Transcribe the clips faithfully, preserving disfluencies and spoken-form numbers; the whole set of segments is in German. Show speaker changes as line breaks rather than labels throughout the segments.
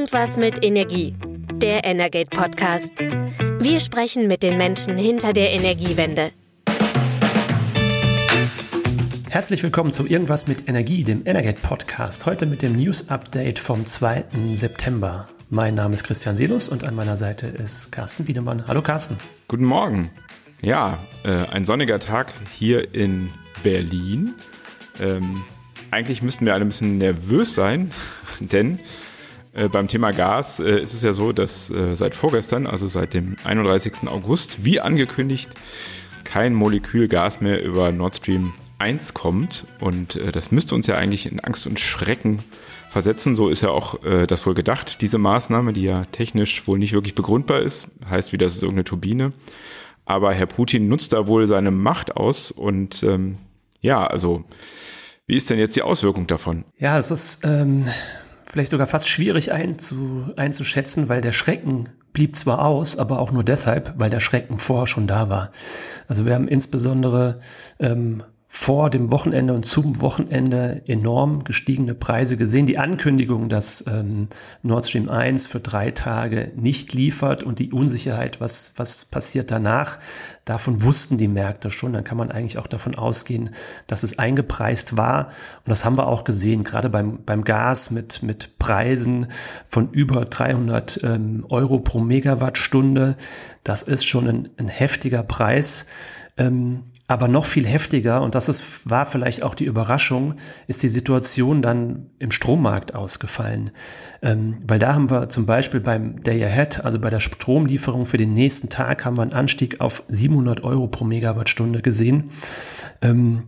Irgendwas mit Energie. Der Energate Podcast. Wir sprechen mit den Menschen hinter der Energiewende.
Herzlich willkommen zu Irgendwas mit Energie, dem Energate Podcast. Heute mit dem News Update vom zweiten September. Mein Name ist Christian Selus und an meiner Seite ist Carsten Wiedemann. Hallo Carsten.
Guten Morgen. Ja, äh, ein sonniger Tag hier in Berlin. Ähm, eigentlich müssten wir alle ein bisschen nervös sein, denn äh, beim Thema Gas äh, ist es ja so, dass äh, seit vorgestern, also seit dem einunddreißigsten August, wie angekündigt, kein Molekül Gas mehr über Nord Stream eins kommt. Und äh, das müsste uns ja eigentlich in Angst und Schrecken versetzen. So ist ja auch äh, das wohl gedacht, diese Maßnahme, die ja technisch wohl nicht wirklich begründbar ist. Heißt wieder, das ist irgendeine Turbine. Aber Herr Putin nutzt da wohl seine Macht aus. Und ähm, ja, also wie ist denn jetzt die Auswirkung davon?
Ja, es ist ähm, vielleicht sogar fast schwierig einzu, einzuschätzen, weil der Schrecken blieb zwar aus, aber auch nur deshalb, weil der Schrecken vorher schon da war. Also wir haben insbesondere ähm, vor dem Wochenende und zum Wochenende enorm gestiegene Preise gesehen. Die Ankündigung, dass ähm, Nord Stream eins für drei Tage nicht liefert und die Unsicherheit, was, was passiert danach, davon wussten die Märkte schon. Dann kann man eigentlich auch davon ausgehen, dass es eingepreist war. Und das haben wir auch gesehen, gerade beim, beim Gas mit, mit Preisen von über dreihundert ähm, Euro pro Megawattstunde. Das ist schon ein, ein heftiger Preis. Ähm, Aber noch viel heftiger, und das ist, war vielleicht auch die Überraschung, ist die Situation dann im Strommarkt ausgefallen. Ähm, weil da haben wir zum Beispiel beim Day Ahead, also bei der Stromlieferung für den nächsten Tag, haben wir einen Anstieg auf siebenhundert Euro pro Megawattstunde gesehen. Ähm,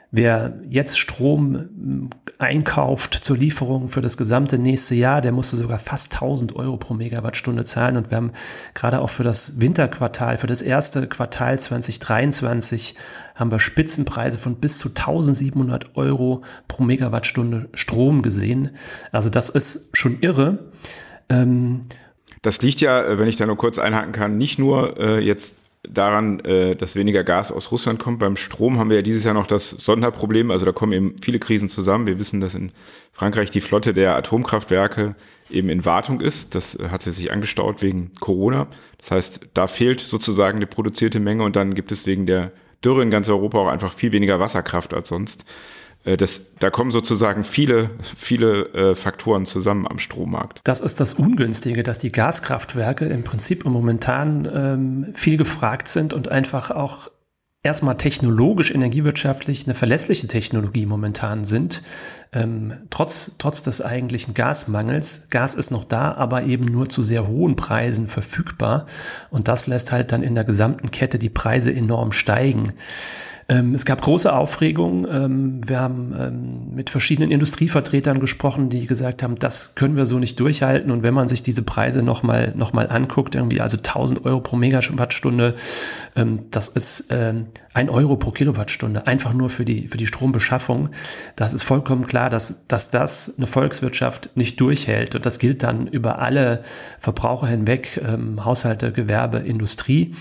Wer jetzt Strom einkauft zur Lieferung für das gesamte nächste Jahr, der musste sogar fast tausend Euro pro Megawattstunde zahlen. Und wir haben gerade auch für das Winterquartal, für das erste Quartal zwanzig dreiundzwanzig, haben wir Spitzenpreise von bis zu tausendsiebenhundert Euro pro Megawattstunde Strom gesehen. Also das ist schon irre. Ähm
das liegt ja, wenn ich da nur kurz einhaken kann, nicht nur äh, jetzt daran, äh, dass weniger Gas aus Russland kommt. Beim Strom haben wir ja dieses Jahr noch das Sonderproblem, also da kommen eben viele Krisen zusammen. Wir wissen, dass in Frankreich die Flotte der Atomkraftwerke eben in Wartung ist. Das hat sich angestaut wegen Corona. Das heißt, da fehlt sozusagen eine produzierte Menge und dann gibt es wegen der Dürre in ganz Europa auch einfach viel weniger Wasserkraft als sonst. Das, da kommen sozusagen viele, viele äh, Faktoren zusammen am Strommarkt.
Das ist das Ungünstige, dass die Gaskraftwerke im Prinzip momentan ähm, viel gefragt sind und einfach auch erstmal technologisch, energiewirtschaftlich eine verlässliche Technologie momentan sind, ähm, trotz, trotz des eigentlichen Gasmangels. Gas ist noch da, aber eben nur zu sehr hohen Preisen verfügbar. Und das lässt halt dann in der gesamten Kette die Preise enorm steigen. Ähm, es gab große Aufregung. Ähm, wir haben ähm, mit verschiedenen Industrievertretern gesprochen, die gesagt haben, das können wir so nicht durchhalten. Und wenn man sich diese Preise nochmal noch mal anguckt, irgendwie also tausend Euro pro Megawattstunde, ähm, das ist ähm, ein Euro pro Kilowattstunde, einfach nur für die, für die Strombeschaffung. Das ist vollkommen klar, dass, dass das eine Volkswirtschaft nicht durchhält. Und das gilt dann über alle Verbraucher hinweg, ähm, Haushalte, Gewerbe, Industrie.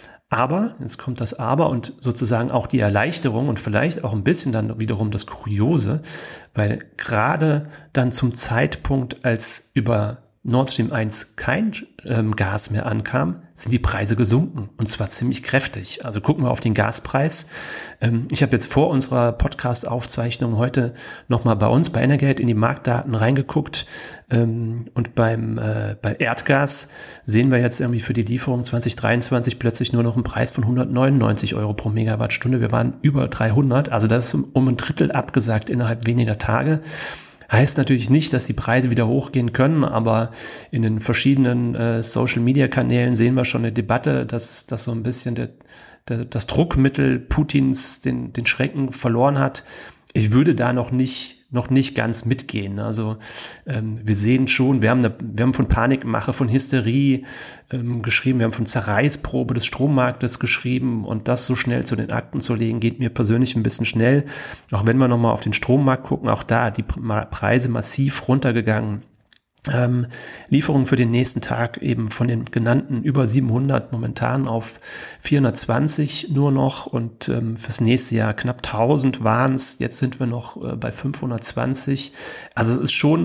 Aber, jetzt kommt das Aber und sozusagen auch die Erleichterung und vielleicht auch ein bisschen dann wiederum das Kuriose, weil gerade dann zum Zeitpunkt, als über Nord Stream eins kein ähm, Gas mehr ankam, sind die Preise gesunken und zwar ziemlich kräftig. Also gucken wir auf den Gaspreis. Ähm, ich habe jetzt vor unserer Podcast-Aufzeichnung heute nochmal bei uns bei Energate in die Marktdaten reingeguckt ähm, und beim äh, bei Erdgas sehen wir jetzt irgendwie für die Lieferung zwanzig dreiundzwanzig plötzlich nur noch einen Preis von hundertneunundneunzig Euro pro Megawattstunde. Wir waren über dreihundert, also das ist um, um ein Drittel abgesagt innerhalb weniger Tage. Heißt natürlich nicht, dass die Preise wieder hochgehen können, aber in den verschiedenen äh, Social-Media-Kanälen sehen wir schon eine Debatte, dass, dass so ein bisschen der, der, das Druckmittel Putins den, den Schrecken verloren hat. Ich würde da noch nicht noch nicht ganz mitgehen. Also ähm, wir sehen schon, wir haben, eine, wir haben von Panikmache, von Hysterie ähm, geschrieben, wir haben von Zerreißprobe des Strommarktes geschrieben und das so schnell zu den Akten zu legen, geht mir persönlich ein bisschen schnell. Auch wenn wir nochmal auf den Strommarkt gucken, auch da die Preise massiv runtergegangen. Ähm, Lieferungen für den nächsten Tag eben von den genannten über siebenhundert momentan auf vierhundertzwanzig nur noch und ähm, fürs nächste Jahr knapp tausend waren es, jetzt sind wir noch äh, bei fünfhundertzwanzig. Also es ist schon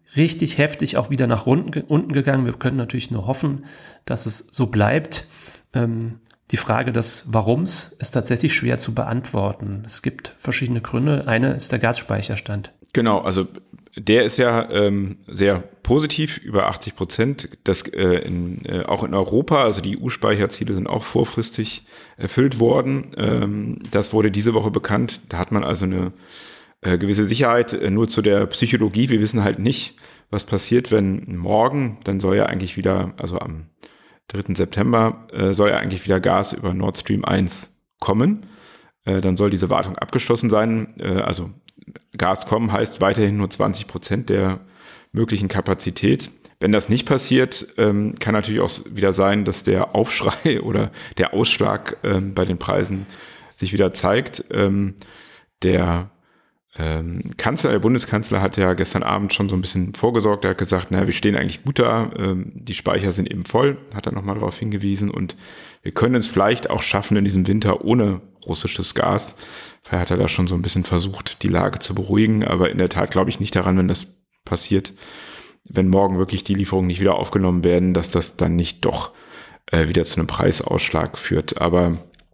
richtig heftig auch wieder nach unten, unten gegangen. Wir können natürlich nur hoffen, dass es so bleibt. Ähm, die Frage des Warums ist tatsächlich schwer zu beantworten. Es gibt verschiedene Gründe. Eine ist der Gasspeicherstand.
Genau, also der ist ja ähm, sehr positiv, über achtzig Prozent. Das äh, in, äh, auch in Europa, also die E U-Speicherziele sind auch vorfristig erfüllt worden. Ähm, das wurde diese Woche bekannt. Da hat man also eine äh, gewisse Sicherheit. Äh, nur zu der Psychologie. Wir wissen halt nicht, was passiert, wenn morgen, dann soll ja eigentlich wieder, also am dritten September, äh, soll ja eigentlich wieder Gas über Nord Stream eins kommen. Äh, dann soll diese Wartung abgeschlossen sein. Äh, also Gas kommen heißt weiterhin nur zwanzig Prozent der möglichen Kapazität. Wenn das nicht passiert, ähm, kann natürlich auch wieder sein, dass der Aufschrei oder der Ausschlag ähm, bei den Preisen sich wieder zeigt. Ähm, der ähm, Kanzler, der Bundeskanzler hat ja gestern Abend schon so ein bisschen vorgesorgt. Er hat gesagt, naja, wir stehen eigentlich gut da. Ähm, die Speicher sind eben voll, hat er nochmal darauf hingewiesen. Und wir können es vielleicht auch schaffen in diesem Winter ohne russisches Gas. Vielleicht hat er da schon so ein bisschen versucht, die Lage zu beruhigen. Aber in der Tat glaube ich nicht daran, wenn das passiert, wenn morgen wirklich die Lieferungen nicht wieder aufgenommen werden, dass das dann nicht doch äh, wieder zu einem Preisausschlag führt. Aber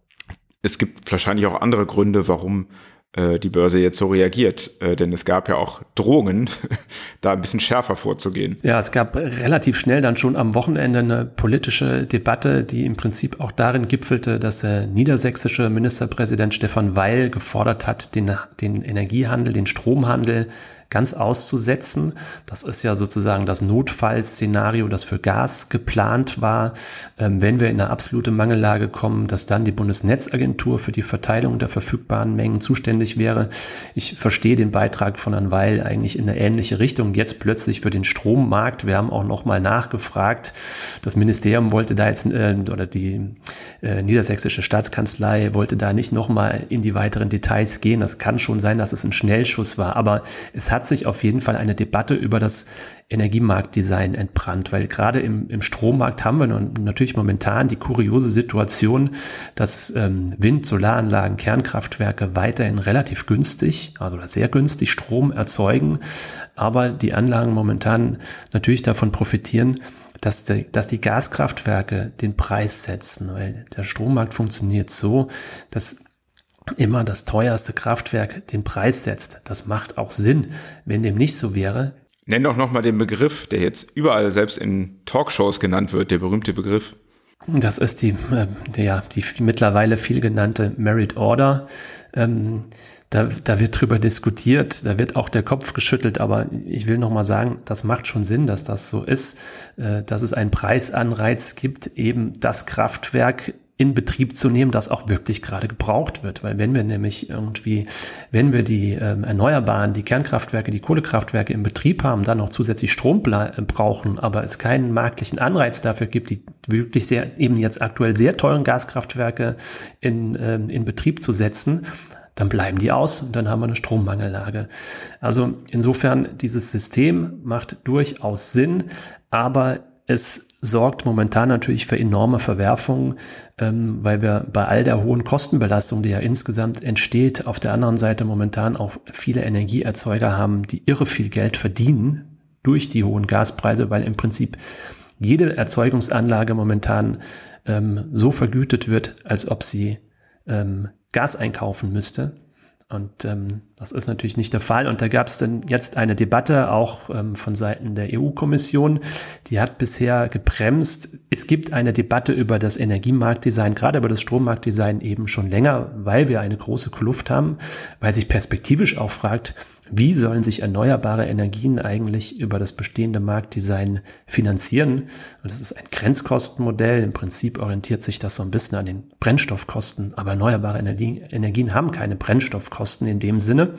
es gibt wahrscheinlich auch andere Gründe, warum äh, die Börse jetzt so reagiert. Äh, denn es gab ja auch Drohungen, da ein bisschen schärfer vorzugehen.
Ja, es gab relativ schnell dann schon am Wochenende eine politische Debatte, die im Prinzip auch darin gipfelte, dass der niedersächsische Ministerpräsident Stefan Weil gefordert hat, den, den Energiehandel, den Stromhandel ganz auszusetzen. Das ist ja sozusagen das Notfallszenario, das für Gas geplant war, ähm, wenn wir in eine absolute Mangellage kommen, dass dann die Bundesnetzagentur für die Verteilung der verfügbaren Mengen zuständig wäre. Ich verstehe den Beitrag von Herrn Weil eigentlich in eine ähnliche Richtung. Jetzt plötzlich für den Strommarkt. Wir haben auch nochmal nachgefragt. Das Ministerium wollte da jetzt, äh, oder die äh, niedersächsische Staatskanzlei wollte da nicht nochmal in die weiteren Details gehen. Das kann schon sein, dass es ein Schnellschuss war, aber es hat sich auf jeden Fall eine Debatte über das Energiemarktdesign entbrannt, weil gerade im, im Strommarkt haben wir natürlich momentan die kuriose Situation, dass ähm, Wind-, Solaranlagen, Kernkraftwerke weiterhin relativ günstig, also sehr günstig Strom erzeugen, aber die Anlagen momentan natürlich davon profitieren, dass die, dass die Gaskraftwerke den Preis setzen, weil der Strommarkt funktioniert so, dass immer das teuerste Kraftwerk den Preis setzt. Das macht auch Sinn. Wenn dem nicht so wäre.
Nenn doch nochmal den Begriff, der jetzt überall selbst in Talkshows genannt wird, der berühmte Begriff.
Das ist die, äh, der, die mittlerweile viel genannte Merit Order. Ähm, da, da wird drüber diskutiert, da wird auch der Kopf geschüttelt, aber ich will nochmal sagen, das macht schon Sinn, dass das so ist, äh, dass es einen Preisanreiz gibt, eben das Kraftwerk in Betrieb zu nehmen, das auch wirklich gerade gebraucht wird. Weil wenn wir nämlich irgendwie, wenn wir die ähm, Erneuerbaren, die Kernkraftwerke, die Kohlekraftwerke im Betrieb haben, dann noch zusätzlich Strom bla- brauchen, aber es keinen marktlichen Anreiz dafür gibt, die wirklich sehr, eben jetzt aktuell sehr teuren Gaskraftwerke in, ähm, in Betrieb zu setzen, dann bleiben die aus und dann haben wir eine Strommangellage. Also insofern, dieses System macht durchaus Sinn, aber es sorgt momentan natürlich für enorme Verwerfungen, ähm, weil wir bei all der hohen Kostenbelastung, die ja insgesamt entsteht, auf der anderen Seite momentan auch viele Energieerzeuger haben, die irre viel Geld verdienen durch die hohen Gaspreise, weil im Prinzip jede Erzeugungsanlage momentan ähm, so vergütet wird, als ob sie ähm, Gas einkaufen müsste. Und ähm, das ist natürlich nicht der Fall. Und da gab es dann jetzt eine Debatte auch ähm, von Seiten der E U-Kommission. Die hat bisher gebremst. Es gibt eine Debatte über das Energiemarktdesign, gerade über das Strommarktdesign eben schon länger, weil wir eine große Kluft haben, weil sich perspektivisch auch fragt, wie sollen sich erneuerbare Energien eigentlich über das bestehende Marktdesign finanzieren? Und das ist ein Grenzkostenmodell. Im Prinzip orientiert sich das so ein bisschen an den Brennstoffkosten. Aber erneuerbare Energien, Energien haben keine Brennstoffkosten in dem Sinne.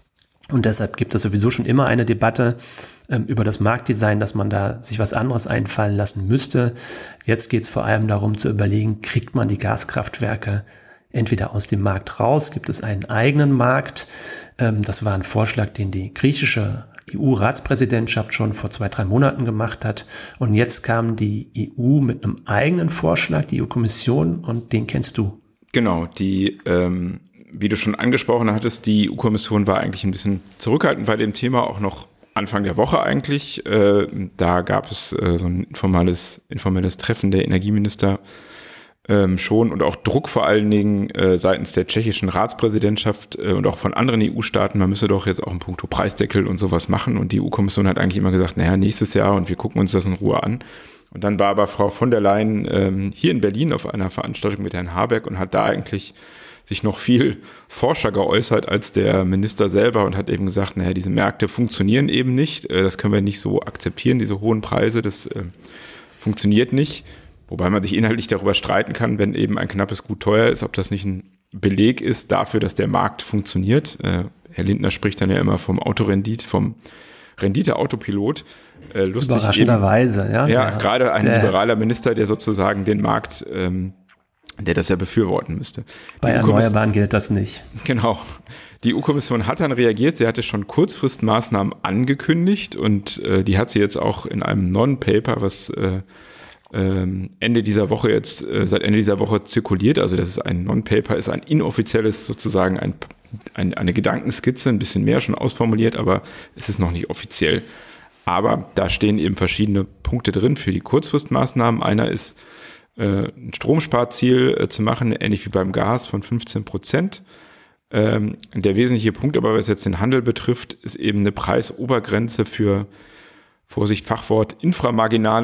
Und deshalb gibt es sowieso schon immer eine Debatte ähm, über das Marktdesign, dass man da sich was anderes einfallen lassen müsste. Jetzt geht es vor allem darum zu überlegen, kriegt man die Gaskraftwerke entweder aus dem Markt raus, gibt es einen eigenen Markt. Das war ein Vorschlag, den die griechische E U-Ratspräsidentschaft schon vor zwei, drei Monaten gemacht hat. Und jetzt kam die E U mit einem eigenen Vorschlag, die E U-Kommission, und den kennst du.
Genau, die, ähm, wie du schon angesprochen hattest, die E U-Kommission war eigentlich ein bisschen zurückhaltend bei dem Thema, auch noch Anfang der Woche eigentlich. Äh, da gab es äh, so ein informales, informelles Treffen der Energieminister ähm, schon und auch Druck vor allen Dingen äh, seitens der tschechischen Ratspräsidentschaft äh, und auch von anderen E U-Staaten. Man müsse doch jetzt auch in puncto Preisdeckel und sowas machen. Und die E U-Kommission hat eigentlich immer gesagt, naja, nächstes Jahr und wir gucken uns das in Ruhe an. Und dann war aber Frau von der Leyen ähm, hier in Berlin auf einer Veranstaltung mit Herrn Habeck und hat da eigentlich sich noch viel forscher geäußert als der Minister selber und hat eben gesagt, naja, diese Märkte funktionieren eben nicht. Das können wir nicht so akzeptieren, diese hohen Preise, das äh, funktioniert nicht. Wobei man sich inhaltlich darüber streiten kann, wenn eben ein knappes Gut teuer ist, ob das nicht ein Beleg ist dafür, dass der Markt funktioniert. Äh, Herr Lindner spricht dann ja immer vom Autorendite, vom Rendite-Autopilot. Äh, lustig
Überraschenderweise,
eben,
ja.
Ja,
der,
gerade ein
der,
liberaler Minister, der sozusagen den Markt ähm, der das ja befürworten müsste.
Bei Erneuerbaren gilt das nicht.
Genau. Die E U-Kommission hat dann reagiert. Sie hatte schon Kurzfristmaßnahmen angekündigt und äh, die hat sie jetzt auch in einem Non-Paper, was äh, äh, Ende dieser Woche jetzt, äh, seit Ende dieser Woche zirkuliert. Also das ist ein Non-Paper, ist ein inoffizielles sozusagen ein, ein, eine Gedankenskizze, ein bisschen mehr schon ausformuliert, aber es ist noch nicht offiziell. Aber da stehen eben verschiedene Punkte drin für die Kurzfristmaßnahmen. Einer ist, ein Stromsparziel äh, zu machen, ähnlich wie beim Gas von fünfzehn Prozent. Ähm, der wesentliche Punkt aber, was jetzt den Handel betrifft, ist eben eine Preisobergrenze für, Vorsicht, Fachwort, inframarginale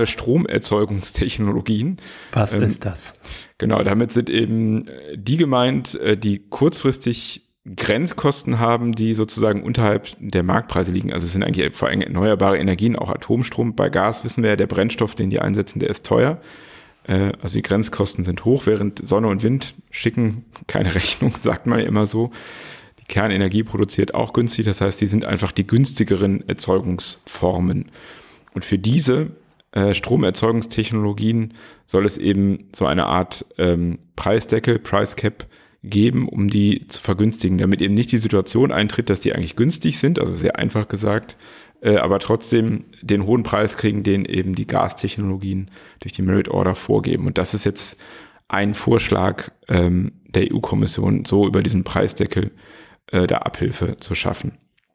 Stromerzeugungstechnologien.
Was
ähm,
ist das?
Genau, damit sind eben die gemeint, die kurzfristig Grenzkosten haben, die sozusagen unterhalb der Marktpreise liegen. Also es sind eigentlich vor allem erneuerbare Energien, auch Atomstrom. Bei Gas wissen wir ja, der Brennstoff, den die einsetzen, der ist teuer. Also die Grenzkosten sind hoch, während Sonne und Wind schicken keine Rechnung, sagt man ja immer so. Die Kernenergie produziert auch günstig, das heißt, die sind einfach die günstigeren Erzeugungsformen. Und für diese äh, Stromerzeugungstechnologien soll es eben so eine Art ähm, Preisdeckel, Price Cap geben, um die zu vergünstigen, damit eben nicht die Situation eintritt, dass die eigentlich günstig sind, also sehr einfach gesagt, äh, aber trotzdem den hohen Preis kriegen, den eben die Gastechnologien durch die Merit Order vorgeben. Und das ist jetzt ein Vorschlag ähm, der E U-Kommission, so über diesen Preisdeckel äh, der Abhilfe zu schaffen.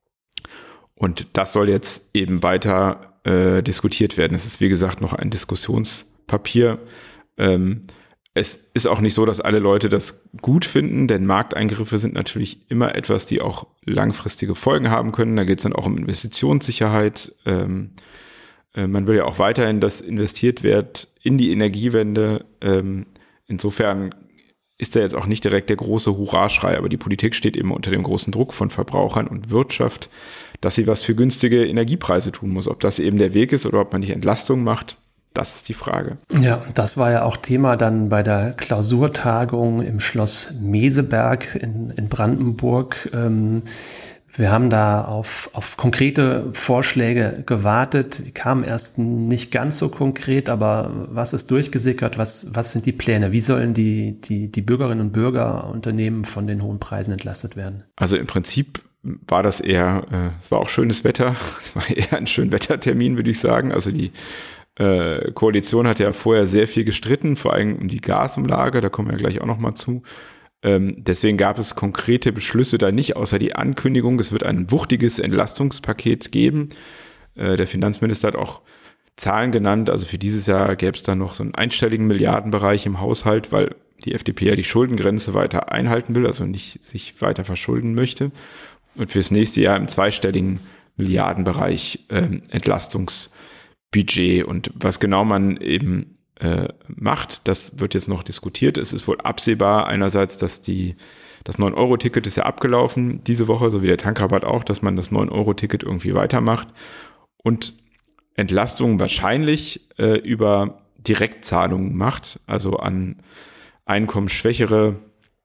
Und das soll jetzt eben weiter äh, diskutiert werden. Es ist, wie gesagt, noch ein Diskussionspapier. Ähm, Es ist auch nicht so, dass alle Leute das gut finden, denn Markteingriffe sind natürlich immer etwas, die auch langfristige Folgen haben können. Da geht es dann auch um Investitionssicherheit. Ähm, äh, man will ja auch weiterhin, dass investiert wird in die Energiewende. Ähm, insofern ist da jetzt auch nicht direkt der große Hurraschrei, aber die Politik steht immer unter dem großen Druck von Verbrauchern und Wirtschaft, dass sie was für günstige Energiepreise tun muss. Ob das eben der Weg ist oder ob man nicht Entlastung macht, das ist die Frage.
Ja, das war ja auch Thema dann bei der Klausurtagung im Schloss Meseberg in, in Brandenburg. Ähm, wir haben da auf, auf konkrete Vorschläge gewartet. Die kamen erst nicht ganz so konkret, aber was ist durchgesickert? Was, was sind die Pläne? Wie sollen die, die, die Bürgerinnen und Bürger, Unternehmen von den hohen Preisen entlastet werden?
Also im Prinzip war das eher, äh, es war auch schönes Wetter. Es war eher ein Schönwettertermin, würde ich sagen. Also die Äh, Koalition hat ja vorher sehr viel gestritten, vor allem um die Gasumlage, da kommen wir ja gleich auch noch mal zu. Ähm, deswegen gab es konkrete Beschlüsse da nicht, außer die Ankündigung, es wird ein wuchtiges Entlastungspaket geben. Äh, der Finanzminister hat auch Zahlen genannt, also für dieses Jahr gäbe es da noch so einen einstelligen Milliardenbereich im Haushalt, weil die F D P ja die Schuldengrenze weiter einhalten will, also nicht sich weiter verschulden möchte. Und fürs nächste Jahr im zweistelligen Milliardenbereich äh, Entlastungs Budget, und was genau man eben äh, macht, das wird jetzt noch diskutiert. Es ist wohl absehbar einerseits, dass die das neun Euro Ticket ist ja abgelaufen diese Woche, so wie der Tankrabatt auch, dass man das neun Euro Ticket irgendwie weitermacht und Entlastungen wahrscheinlich äh, über Direktzahlungen macht, also an einkommensschwächere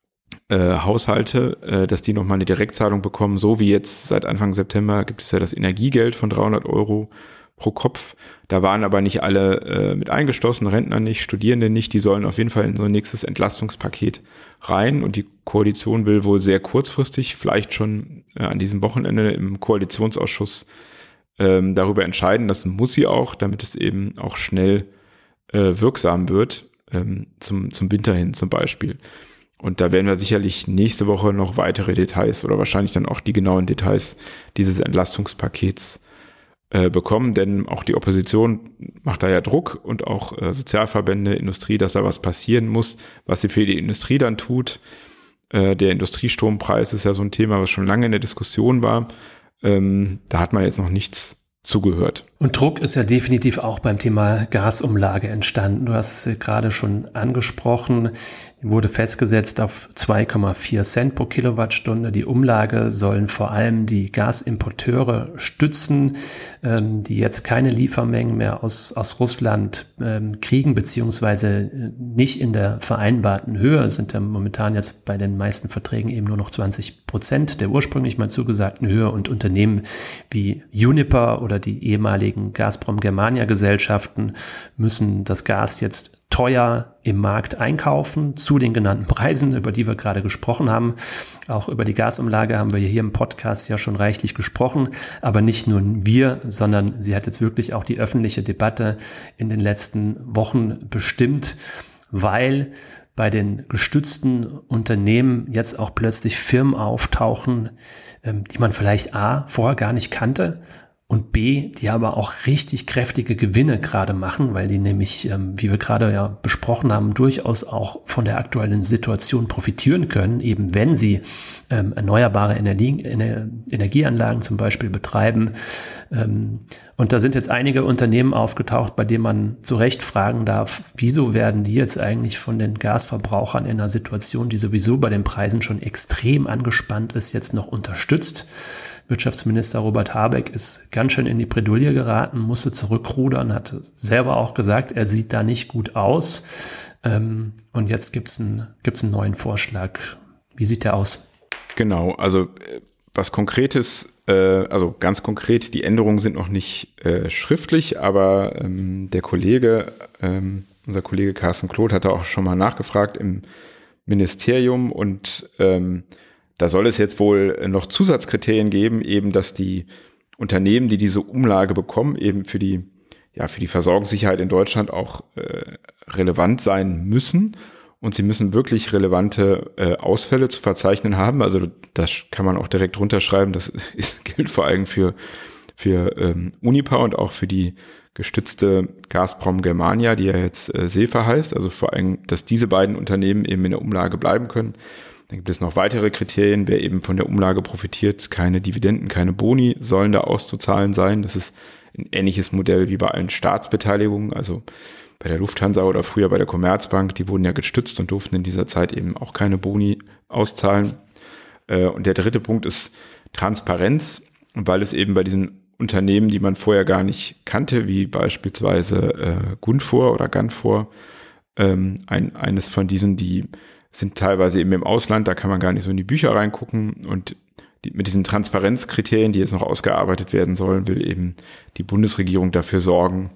äh, Haushalte, äh, dass die nochmal eine Direktzahlung bekommen, so wie jetzt seit Anfang September gibt es ja das Energiegeld von dreihundert Euro pro Kopf. Da waren aber nicht alle äh, mit eingeschlossen, Rentner nicht, Studierende nicht, die sollen auf jeden Fall in so ein nächstes Entlastungspaket rein, und die Koalition will wohl sehr kurzfristig, vielleicht schon äh, an diesem Wochenende im Koalitionsausschuss ähm, darüber entscheiden. Das muss sie auch, damit es eben auch schnell äh, wirksam wird, ähm, zum, zum Winter hin zum Beispiel. Und da werden wir sicherlich nächste Woche noch weitere Details oder wahrscheinlich dann auch die genauen Details dieses Entlastungspakets äh, bekommen, denn auch die Opposition macht da ja Druck und auch äh, Sozialverbände, Industrie, dass da was passieren muss, was sie für die Industrie dann tut. Äh, der Industriestrompreis ist ja so ein Thema, was schon lange in der Diskussion war. Ähm, da hat man jetzt noch nichts zugehört.
Und Druck ist ja definitiv auch beim Thema Gasumlage entstanden. Du hast es gerade schon angesprochen. Die wurde festgesetzt auf zwei Komma vier Cent pro Kilowattstunde. Die Umlage sollen vor allem die Gasimporteure stützen, ähm, die jetzt keine Liefermengen mehr aus, aus Russland ähm, kriegen, beziehungsweise nicht in der vereinbarten Höhe. Sind ja momentan jetzt bei den meisten Verträgen eben nur noch zwanzig Prozent der ursprünglich mal zugesagten Höhe. Und Unternehmen wie Uniper oder die ehemaligen Gazprom-Germania-Gesellschaften müssen das Gas jetzt teuer im Markt einkaufen zu den genannten Preisen, über die wir gerade gesprochen haben. Auch über die Gasumlage haben wir hier im Podcast ja schon reichlich gesprochen, aber nicht nur wir, sondern sie hat jetzt wirklich auch die öffentliche Debatte in den letzten Wochen bestimmt, weil bei den gestützten Unternehmen jetzt auch plötzlich Firmen auftauchen, die man vielleicht A, vorher gar nicht kannte, und B, die aber auch richtig kräftige Gewinne gerade machen, weil die nämlich, ähm, wie wir gerade ja besprochen haben, durchaus auch von der aktuellen Situation profitieren können, eben wenn sie ähm, erneuerbare Energie, Ener- Energieanlagen zum Beispiel betreiben. Ähm, und da sind jetzt einige Unternehmen aufgetaucht, bei denen man zu Recht fragen darf, wieso werden die jetzt eigentlich von den Gasverbrauchern in einer Situation, die sowieso bei den Preisen schon extrem angespannt ist, jetzt noch unterstützt? Wirtschaftsminister Robert Habeck ist ganz schön in die Bredouille geraten, musste zurückrudern, hat selber auch gesagt, er sieht da nicht gut aus. Ähm, und jetzt gibt's einen, gibt's einen neuen Vorschlag. Wie sieht der aus?
Genau, also was Konkretes, äh, also ganz konkret, die Änderungen sind noch nicht äh, schriftlich, aber ähm, der Kollege, ähm, unser Kollege Carsten Kloth hat da auch schon mal nachgefragt im Ministerium und ähm, da soll es jetzt wohl noch Zusatzkriterien geben, eben, dass die Unternehmen, die diese Umlage bekommen, eben für die, ja, für die Versorgungssicherheit in Deutschland auch äh, relevant sein müssen. Und sie müssen wirklich relevante äh, Ausfälle zu verzeichnen haben. Also das kann man auch direkt runterschreiben. Das ist, gilt vor allem für, für ähm, Uniper und auch für die gestützte Gazprom-Germania, die ja jetzt äh, SEFA heißt. Also vor allem, dass diese beiden Unternehmen eben in der Umlage bleiben können. Dann gibt es noch weitere Kriterien, wer eben von der Umlage profitiert. Keine Dividenden, keine Boni sollen da auszuzahlen sein. Das ist ein ähnliches Modell wie bei allen Staatsbeteiligungen, also bei der Lufthansa oder früher bei der Commerzbank. Die wurden ja gestützt und durften in dieser Zeit eben auch keine Boni auszahlen. Und der dritte Punkt ist Transparenz, weil es eben bei diesen Unternehmen, die man vorher gar nicht kannte, wie beispielsweise Gunvor oder Ganfor, ein, eines von diesen, die sind teilweise eben im Ausland, da kann man gar nicht so in die Bücher reingucken und die, mit diesen Transparenzkriterien, die jetzt noch ausgearbeitet werden sollen, will eben die Bundesregierung dafür sorgen,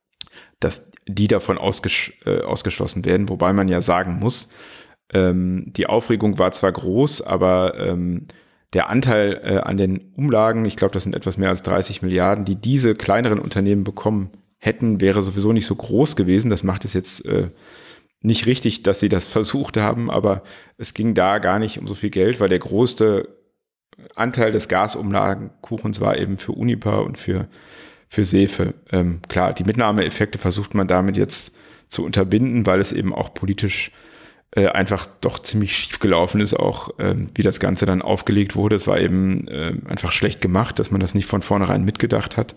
dass die davon ausges- äh, ausgeschlossen werden, wobei man ja sagen muss, ähm, die Aufregung war zwar groß, aber ähm, der Anteil äh, an den Umlagen, ich glaube, das sind etwas mehr als dreißig Milliarden, die diese kleineren Unternehmen bekommen hätten, wäre sowieso nicht so groß gewesen. Das macht es jetzt äh, nicht richtig, dass sie das versucht haben, aber es ging da gar nicht um so viel Geld, weil der größte Anteil des Gasumlagenkuchens war eben für Uniper und für, für SEFE. Ähm, klar, die Mitnahmeeffekte versucht man damit jetzt zu unterbinden, weil es eben auch politisch äh, einfach doch ziemlich schief gelaufen ist, auch ähm, wie das Ganze dann aufgelegt wurde. Es war eben äh, einfach schlecht gemacht, dass man das nicht von vornherein mitgedacht hat.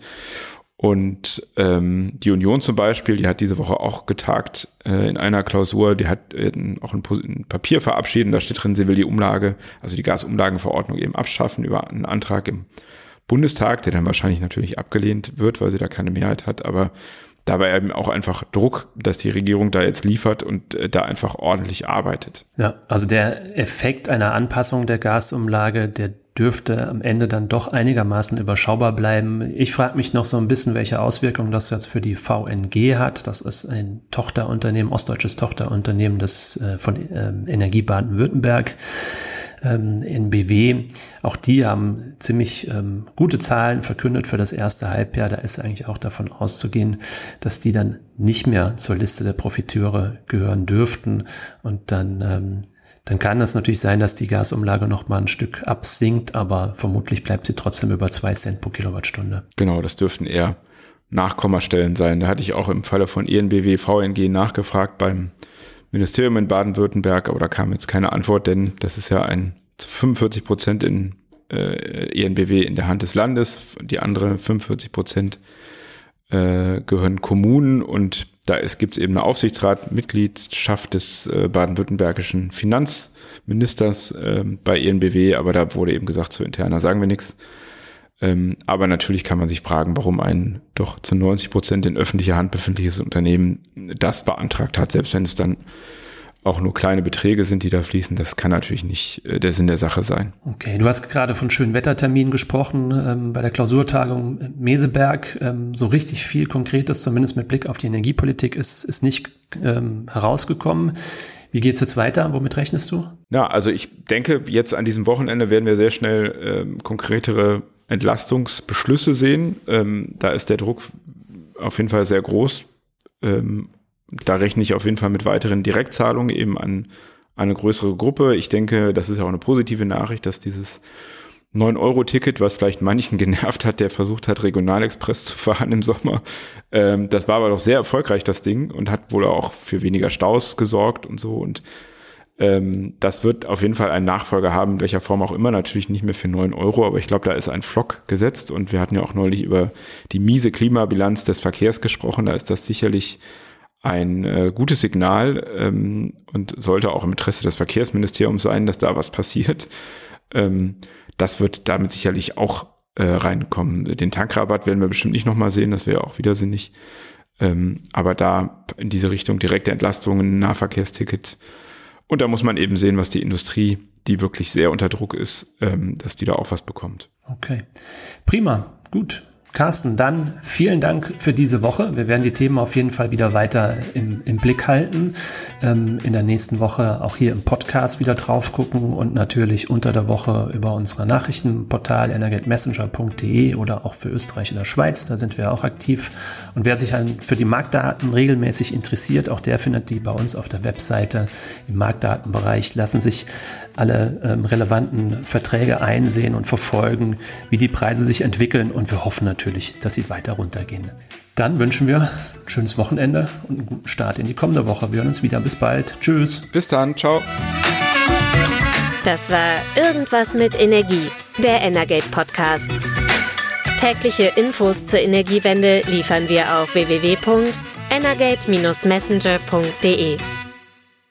Und ähm, die Union zum Beispiel, die hat diese Woche auch getagt äh, in einer Klausur, die hat äh, auch ein, ein Papier verabschiedet, da steht drin, sie will die Umlage, also die Gasumlagenverordnung eben abschaffen über einen Antrag im Bundestag, der dann wahrscheinlich natürlich abgelehnt wird, weil sie da keine Mehrheit hat, aber da war eben auch einfach Druck, dass die Regierung da jetzt liefert und äh, da einfach ordentlich arbeitet.
Ja, also der Effekt einer Anpassung der Gasumlage, der dürfte am Ende dann doch einigermaßen überschaubar bleiben. Ich frage mich noch so ein bisschen, welche Auswirkungen das jetzt für die V N G hat. Das ist ein Tochterunternehmen, ostdeutsches Tochterunternehmen des, äh, von ähm, Energie Baden-Württemberg. Ähm, N B W, auch die haben ziemlich ähm, gute Zahlen verkündet für das erste Halbjahr. Da ist eigentlich auch davon auszugehen, dass die dann nicht mehr zur Liste der Profiteure gehören dürften und dann ähm, dann kann es natürlich sein, dass die Gasumlage noch mal ein Stück absinkt, aber vermutlich bleibt sie trotzdem über zwei Cent pro Kilowattstunde.
Genau, das dürften eher Nachkommastellen sein. Da hatte ich auch im Falle von E N B W V N G nachgefragt beim Ministerium in Baden-Württemberg, aber da kam jetzt keine Antwort, denn das ist ja ein zu fünfundvierzig Prozent in äh, E N B W in der Hand des Landes, die anderen fünfundvierzig Prozent äh, gehören Kommunen und da gibt es eben eine Aufsichtsratmitgliedschaft des äh, baden-württembergischen Finanzministers äh, bei E N B W, aber da wurde eben gesagt, zu interner sagen wir nichts. Ähm, aber natürlich kann man sich fragen, warum ein doch zu neunzig Prozent in öffentlicher Hand befindliches Unternehmen das beantragt hat, selbst wenn es dann auch nur kleine Beträge sind, die da fließen. Das kann natürlich nicht äh, der Sinn der Sache sein.
Okay, du hast gerade von schönen Wetterterminen gesprochen ähm, bei der Klausurtagung Meseberg. Ähm, so richtig viel Konkretes, zumindest mit Blick auf die Energiepolitik, ist, ist nicht ähm, herausgekommen. Wie geht's jetzt weiter? Womit rechnest du?
Ja, also ich denke, jetzt an diesem Wochenende werden wir sehr schnell ähm, konkretere Entlastungsbeschlüsse sehen. Ähm, da ist der Druck auf jeden Fall sehr groß. Ähm, Da rechne ich auf jeden Fall mit weiteren Direktzahlungen eben an, an eine größere Gruppe. Ich denke, das ist auch eine positive Nachricht, dass dieses neun Euro Ticket, was vielleicht manchen genervt hat, der versucht hat, Regionalexpress zu fahren im Sommer, ähm, das war aber doch sehr erfolgreich, das Ding, und hat wohl auch für weniger Staus gesorgt und so. Und ähm, das wird auf jeden Fall einen Nachfolger haben, in welcher Form auch immer, natürlich nicht mehr für neun Euro, aber ich glaube, da ist ein Flock gesetzt und wir hatten ja auch neulich über die miese Klimabilanz des Verkehrs gesprochen. Da ist das sicherlich ein äh, gutes Signal ähm, und sollte auch im Interesse des Verkehrsministeriums sein, dass da was passiert. Ähm, das wird damit sicherlich auch äh, reinkommen. Den Tankrabatt werden wir bestimmt nicht nochmal sehen, das wäre auch widersinnig. Ähm, aber da in diese Richtung direkte Entlastungen, Nahverkehrsticket. Und da muss man eben sehen, was die Industrie, die wirklich sehr unter Druck ist, ähm, dass die da auch was bekommt.
Okay, prima, gut. Carsten, dann vielen Dank für diese Woche. Wir werden die Themen auf jeden Fall wieder weiter im, im Blick halten. Ähm, in der nächsten Woche auch hier im Podcast wieder drauf gucken und natürlich unter der Woche über unser Nachrichtenportal energate messenger punkt de oder auch für Österreich oder Schweiz. Da sind wir auch aktiv. Und wer sich für die Marktdaten regelmäßig interessiert, auch der findet die bei uns auf der Webseite. Im Marktdatenbereich lassen sich alle ähm, relevanten Verträge einsehen und verfolgen, wie die Preise sich entwickeln, und wir hoffen natürlich, dass sie weiter runtergehen. Dann wünschen wir ein schönes Wochenende und einen guten Start in die kommende Woche. Wir hören uns wieder. Bis bald. Tschüss.
Bis dann. Ciao.
Das war Irgendwas mit Energie, der Energate Podcast. Tägliche Infos zur Energiewende liefern wir auf w w w punkt energate dash messenger punkt de.